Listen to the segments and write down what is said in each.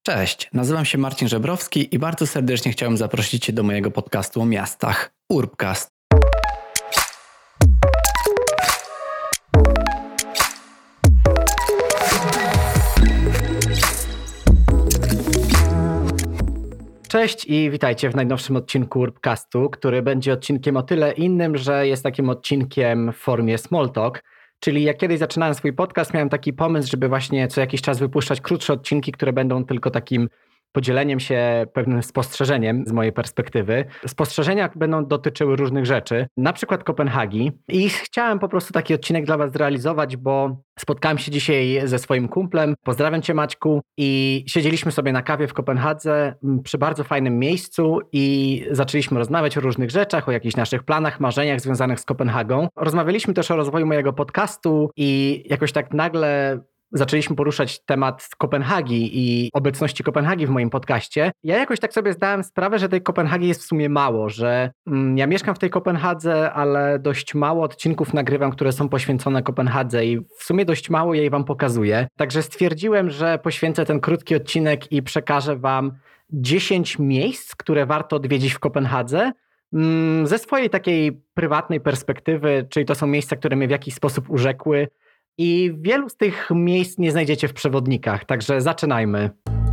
Cześć, nazywam się Marcin Żebrowski i bardzo serdecznie chciałem zaprosić Cię do mojego podcastu o miastach, Urbcast. Cześć i witajcie w najnowszym odcinku Urbcastu, który będzie odcinkiem o tyle innym, że jest takim odcinkiem w formie small talk. Czyli jak kiedyś zaczynałem swój podcast, miałem taki pomysł, żeby właśnie co jakiś czas wypuszczać krótsze odcinki, które będą tylko takim podzieleniem się pewnym spostrzeżeniem z mojej perspektywy. Spostrzeżenia będą dotyczyły różnych rzeczy, na przykład Kopenhagi. I chciałem po prostu taki odcinek dla Was zrealizować, bo spotkałem się dzisiaj ze swoim kumplem. Pozdrawiam Cię, Maćku. I siedzieliśmy sobie na kawie w Kopenhadze przy bardzo fajnym miejscu i zaczęliśmy rozmawiać o różnych rzeczach, o jakichś naszych planach, marzeniach związanych z Kopenhagą. Rozmawialiśmy też o rozwoju mojego podcastu i jakoś tak nagle zaczęliśmy poruszać temat Kopenhagi i obecności Kopenhagi w moim podcaście. Ja jakoś tak sobie zdałem sprawę, że tej Kopenhagi jest w sumie mało, że ja mieszkam w tej Kopenhadze, ale dość mało odcinków nagrywam, które są poświęcone Kopenhadze i w sumie dość mało jej Wam pokazuję. Także stwierdziłem, że poświęcę ten krótki odcinek i przekażę Wam 10 miejsc, które warto odwiedzić w Kopenhadze ze swojej takiej prywatnej perspektywy, czyli to są miejsca, które mnie w jakiś sposób urzekły. I wielu z tych miejsc nie znajdziecie w przewodnikach, także zaczynajmy.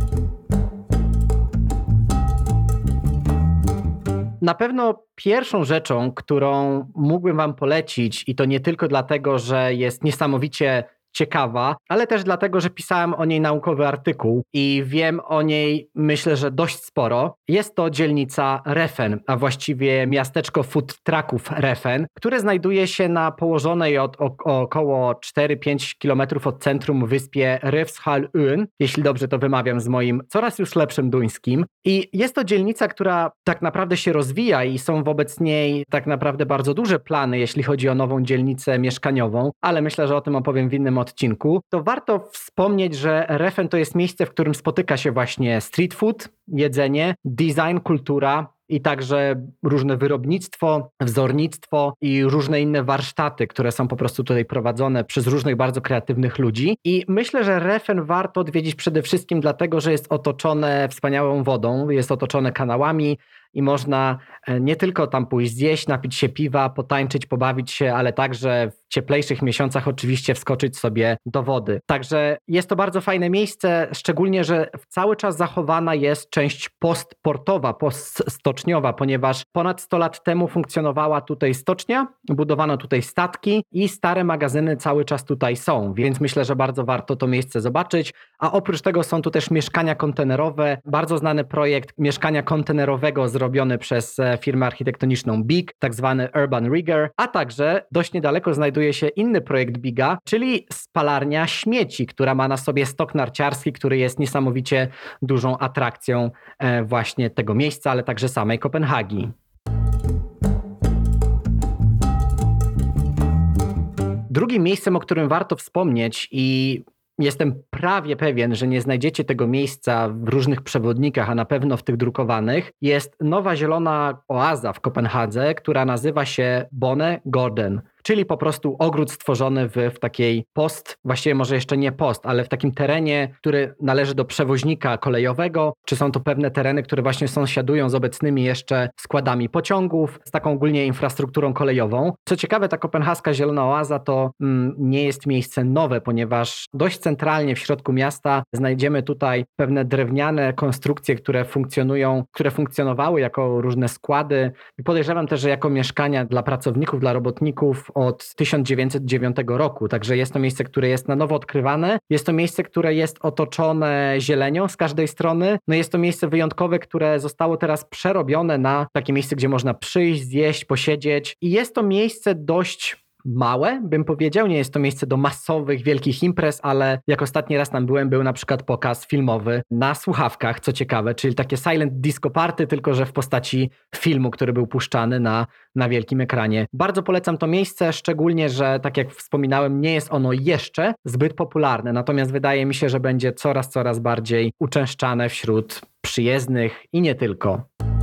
Na pewno pierwszą rzeczą, którą mógłbym Wam polecić, i to nie tylko dlatego, że jest niesamowicie ciekawa, ale też dlatego, że pisałem o niej naukowy artykuł i wiem o niej, myślę, że dość sporo. Jest to dzielnica Reffen, a właściwie miasteczko food trucków Reffen, które znajduje się na położonej od około 4-5 km od centrum wyspie Refshaleøen, jeśli dobrze to wymawiam z moim coraz już lepszym duńskim. I jest to dzielnica, która tak naprawdę się rozwija i są wobec niej tak naprawdę bardzo duże plany, jeśli chodzi o nową dzielnicę mieszkaniową, ale myślę, że o tym opowiem w innym odcinku. To warto wspomnieć, że Reffen to jest miejsce, w którym spotyka się właśnie street food, jedzenie, design, kultura i także różne wyrobnictwo, wzornictwo i różne inne warsztaty, które są po prostu tutaj prowadzone przez różnych bardzo kreatywnych ludzi. I myślę, że Reffen warto odwiedzić przede wszystkim dlatego, że jest otoczone wspaniałą wodą, jest otoczone kanałami i można nie tylko tam pójść zjeść, napić się piwa, potańczyć, pobawić się, ale także w cieplejszych miesiącach oczywiście wskoczyć sobie do wody. Także jest to bardzo fajne miejsce, szczególnie, że cały czas zachowana jest część postportowa, poststoczniowa, ponieważ ponad 100 lat temu funkcjonowała tutaj stocznia, budowano tutaj statki i stare magazyny cały czas tutaj są, więc myślę, że bardzo warto to miejsce zobaczyć. A oprócz tego są tu też mieszkania kontenerowe, bardzo znany projekt mieszkania kontenerowego zrobiony przez firmę architektoniczną BIG, tak zwany Urban Rigger, a także dość niedaleko znajduje się inny projekt BIGa, czyli spalarnia śmieci, która ma na sobie stok narciarski, który jest niesamowicie dużą atrakcją właśnie tego miejsca, ale także samej Kopenhagi. Drugim miejscem, o którym warto wspomnieć i jestem prawie pewien, że nie znajdziecie tego miejsca w różnych przewodnikach, a na pewno w tych drukowanych, jest nowa zielona oaza w Kopenhadze, która nazywa się Bondegården, czyli po prostu ogród stworzony w takiej właściwie może jeszcze nie ale w takim terenie, który należy do przewoźnika kolejowego, czy są to pewne tereny, które właśnie sąsiadują z obecnymi jeszcze składami pociągów, z taką ogólnie infrastrukturą kolejową. Co ciekawe, ta kopenhaska zielona oaza to nie jest miejsce nowe, ponieważ dość centralnie w środku miasta znajdziemy tutaj pewne drewniane konstrukcje, które funkcjonowały jako różne składy i podejrzewam też, że jako mieszkania dla pracowników, dla robotników od 1909 roku, także jest to miejsce, które jest na nowo odkrywane, jest to miejsce, które jest otoczone zielenią z każdej strony, no jest to miejsce wyjątkowe, które zostało teraz przerobione na takie miejsce, gdzie można przyjść, zjeść, posiedzieć i jest to miejsce dość małe, bym powiedział, nie jest to miejsce do masowych, wielkich imprez, ale jak ostatni raz tam byłem, był na przykład pokaz filmowy na słuchawkach, co ciekawe, czyli takie silent disco party, tylko że w postaci filmu, który był puszczany na wielkim ekranie. Bardzo polecam to miejsce, szczególnie, że tak jak wspominałem, nie jest ono jeszcze zbyt popularne, natomiast wydaje mi się, że będzie coraz bardziej uczęszczane wśród przyjezdnych i nie tylko.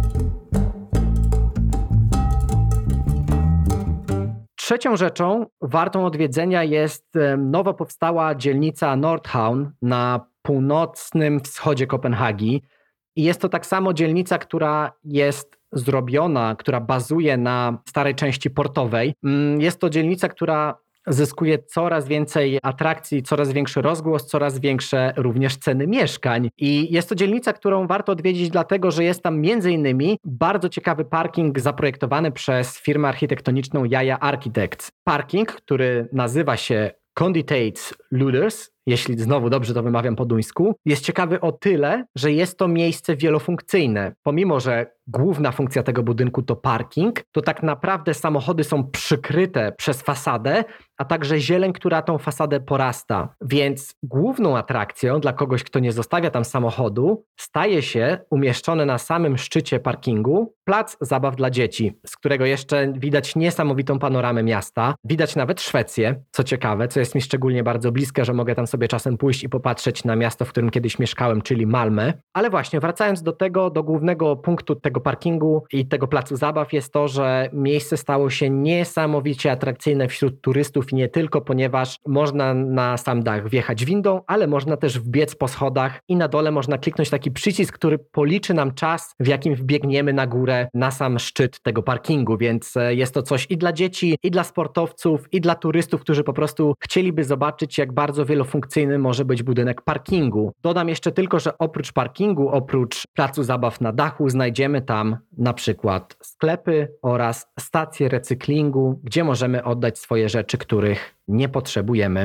Trzecią rzeczą wartą odwiedzenia jest nowo powstała dzielnica Nordhavn na północnym wschodzie Kopenhagi. I jest to tak samo dzielnica, która jest zrobiona, która bazuje na starej części portowej. Jest to dzielnica, która zyskuje coraz więcej atrakcji, coraz większy rozgłos, coraz większe również ceny mieszkań. I jest to dzielnica, którą warto odwiedzić, dlatego że jest tam między innymi bardzo ciekawy parking zaprojektowany przez firmę architektoniczną Jaja Architects. Parking, który nazywa się Candidates Luders, jeśli znowu dobrze to wymawiam po duńsku, jest ciekawy o tyle, że jest to miejsce wielofunkcyjne. Pomimo że główna funkcja tego budynku to parking, to tak naprawdę samochody są przykryte przez fasadę, a także zieleń, która tą fasadę porasta. Więc główną atrakcją dla kogoś, kto nie zostawia tam samochodu, staje się umieszczony na samym szczycie parkingu plac zabaw dla dzieci, z którego jeszcze widać niesamowitą panoramę miasta. Widać nawet Szwecję, co ciekawe, co jest mi szczególnie bardzo bliskie, że mogę tam sobie czasem pójść i popatrzeć na miasto, w którym kiedyś mieszkałem, czyli Malmö. Ale właśnie, wracając do tego, do głównego punktu tego parkingu i tego placu zabaw jest to, że miejsce stało się niesamowicie atrakcyjne wśród turystów i nie tylko, ponieważ można na sam dach wjechać windą, ale można też wbiec po schodach i na dole można kliknąć taki przycisk, który policzy nam czas, w jakim wbiegniemy na górę, na sam szczyt tego parkingu, więc jest to coś i dla dzieci, i dla sportowców, i dla turystów, którzy po prostu chcieliby zobaczyć, jak bardzo wielofunkcyjny może być budynek parkingu. Dodam jeszcze tylko, że oprócz parkingu, oprócz placu zabaw na dachu znajdziemy tam na przykład sklepy oraz stacje recyklingu, gdzie możemy oddać swoje rzeczy, których nie potrzebujemy.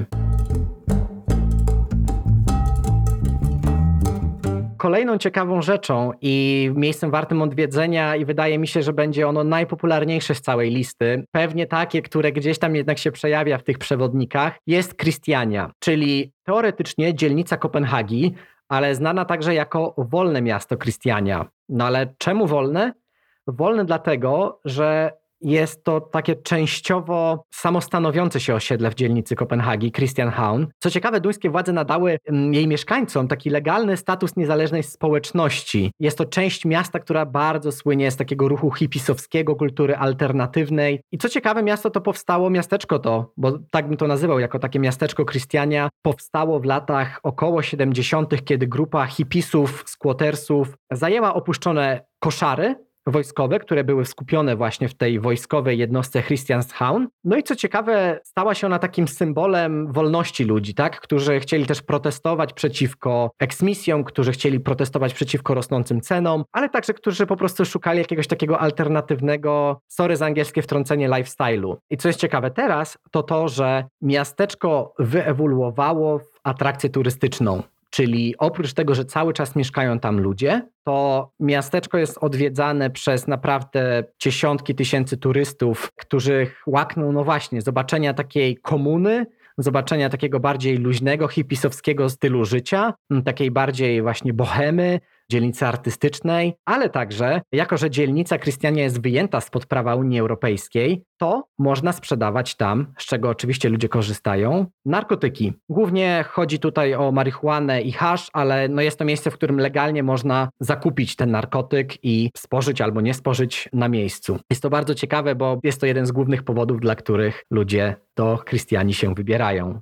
Kolejną ciekawą rzeczą i miejscem wartym odwiedzenia i wydaje mi się, że będzie ono najpopularniejsze z całej listy, pewnie takie, które gdzieś tam jednak się przejawia w tych przewodnikach, jest Christiania, czyli teoretycznie dzielnica Kopenhagi, ale znana także jako wolne miasto Christiania. No ale czemu wolne? Wolne dlatego, że jest to takie częściowo samostanowiące się osiedle w dzielnicy Kopenhagi, Christianshavn. Co ciekawe, duńskie władze nadały jej mieszkańcom taki legalny status niezależnej społeczności. Jest to część miasta, która bardzo słynie z takiego ruchu hipisowskiego, kultury alternatywnej. I co ciekawe, miasto to powstało, miasteczko to, bo tak bym to nazywał, jako takie miasteczko Christiania, powstało w latach około 70., kiedy grupa hipisów, squattersów zajęła opuszczone koszary wojskowe, które były skupione właśnie w tej wojskowej jednostce Christianshavn. No i co ciekawe, stała się ona takim symbolem wolności ludzi, tak? Którzy chcieli też protestować przeciwko eksmisjom, którzy chcieli protestować przeciwko rosnącym cenom, ale także którzy po prostu szukali jakiegoś takiego alternatywnego, sorry za angielskie wtrącenie, lifestyle'u. I co jest ciekawe teraz, to to, że miasteczko wyewoluowało w atrakcję turystyczną. Czyli oprócz tego, że cały czas mieszkają tam ludzie, to miasteczko jest odwiedzane przez naprawdę dziesiątki tysięcy turystów, którzy łakną, no właśnie, zobaczenia takiej komuny, zobaczenia takiego bardziej luźnego, hipisowskiego stylu życia, takiej bardziej właśnie bohemy, dzielnicy artystycznej, ale także, jako że dzielnica Christiania jest wyjęta spod prawa Unii Europejskiej, to można sprzedawać tam, z czego oczywiście ludzie korzystają, narkotyki. Głównie chodzi tutaj o marihuanę i hasz, ale no jest to miejsce, w którym legalnie można zakupić ten narkotyk i spożyć albo nie spożyć na miejscu. Jest to bardzo ciekawe, bo jest to jeden z głównych powodów, dla których ludzie do Christianii się wybierają.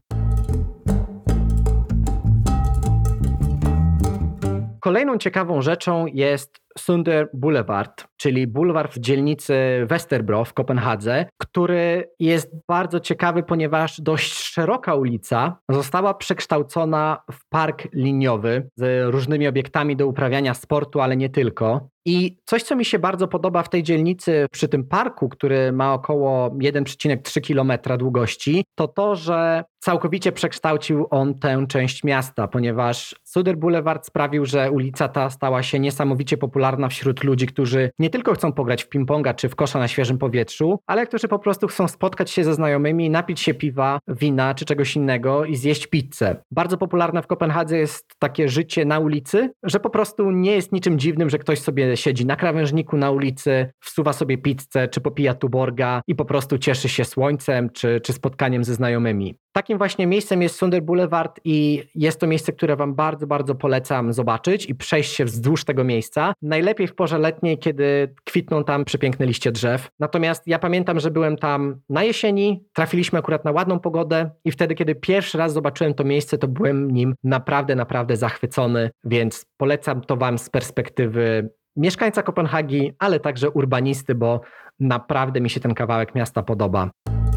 Kolejną ciekawą rzeczą jest Sunder Boulevard, czyli bulwar w dzielnicy Westerbro w Kopenhadze, który jest bardzo ciekawy, ponieważ dość szeroka ulica została przekształcona w park liniowy z różnymi obiektami do uprawiania sportu, ale nie tylko. I coś, co mi się bardzo podoba w tej dzielnicy, przy tym parku, który ma około 1,3 km długości, to to, że całkowicie przekształcił on tę część miasta, ponieważ Sunder Boulevard sprawił, że ulica ta stała się niesamowicie popularna wśród ludzi, którzy nie tylko chcą pograć w ping-ponga czy w kosza na świeżym powietrzu, ale którzy po prostu chcą spotkać się ze znajomymi, napić się piwa, wina czy czegoś innego i zjeść pizzę. Bardzo popularne w Kopenhadze jest takie życie na ulicy, że po prostu nie jest niczym dziwnym, że ktoś sobie kiedy siedzi na krawężniku na ulicy, wsuwa sobie pizzę, czy popija Tuborga i po prostu cieszy się słońcem, czy spotkaniem ze znajomymi. Takim właśnie miejscem jest Sonder Boulevard i jest to miejsce, które wam bardzo, bardzo polecam zobaczyć i przejść się wzdłuż tego miejsca. Najlepiej w porze letniej, kiedy kwitną tam przepiękne liście drzew. Natomiast ja pamiętam, że byłem tam na jesieni, trafiliśmy akurat na ładną pogodę i wtedy, kiedy pierwszy raz zobaczyłem to miejsce, to byłem nim naprawdę, naprawdę zachwycony, więc polecam to wam z perspektywy mieszkańca Kopenhagi, ale także urbanisty, bo naprawdę mi się ten kawałek miasta podoba.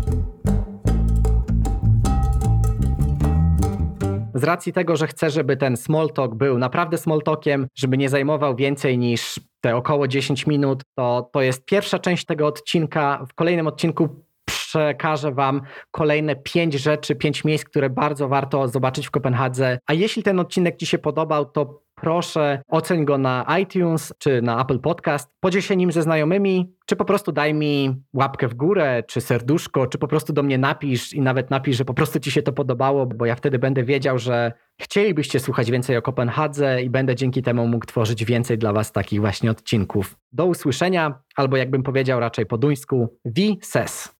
Z racji tego, że chcę, żeby ten small talk był naprawdę small talkiem, żeby nie zajmował więcej niż te około 10 minut, to jest pierwsza część tego odcinka. W kolejnym odcinku przekażę wam kolejne 5 rzeczy, 5 miejsc, które bardzo warto zobaczyć w Kopenhadze. A jeśli ten odcinek ci się podobał, to proszę oceń go na iTunes czy na Apple Podcast, podziel się nim ze znajomymi, czy po prostu daj mi łapkę w górę, czy serduszko, czy po prostu do mnie napisz i nawet napisz, że po prostu ci się to podobało, bo ja wtedy będę wiedział, że chcielibyście słuchać więcej o Kopenhadze i będę dzięki temu mógł tworzyć więcej dla was takich właśnie odcinków. Do usłyszenia, albo jakbym powiedział raczej po duńsku, vi ses.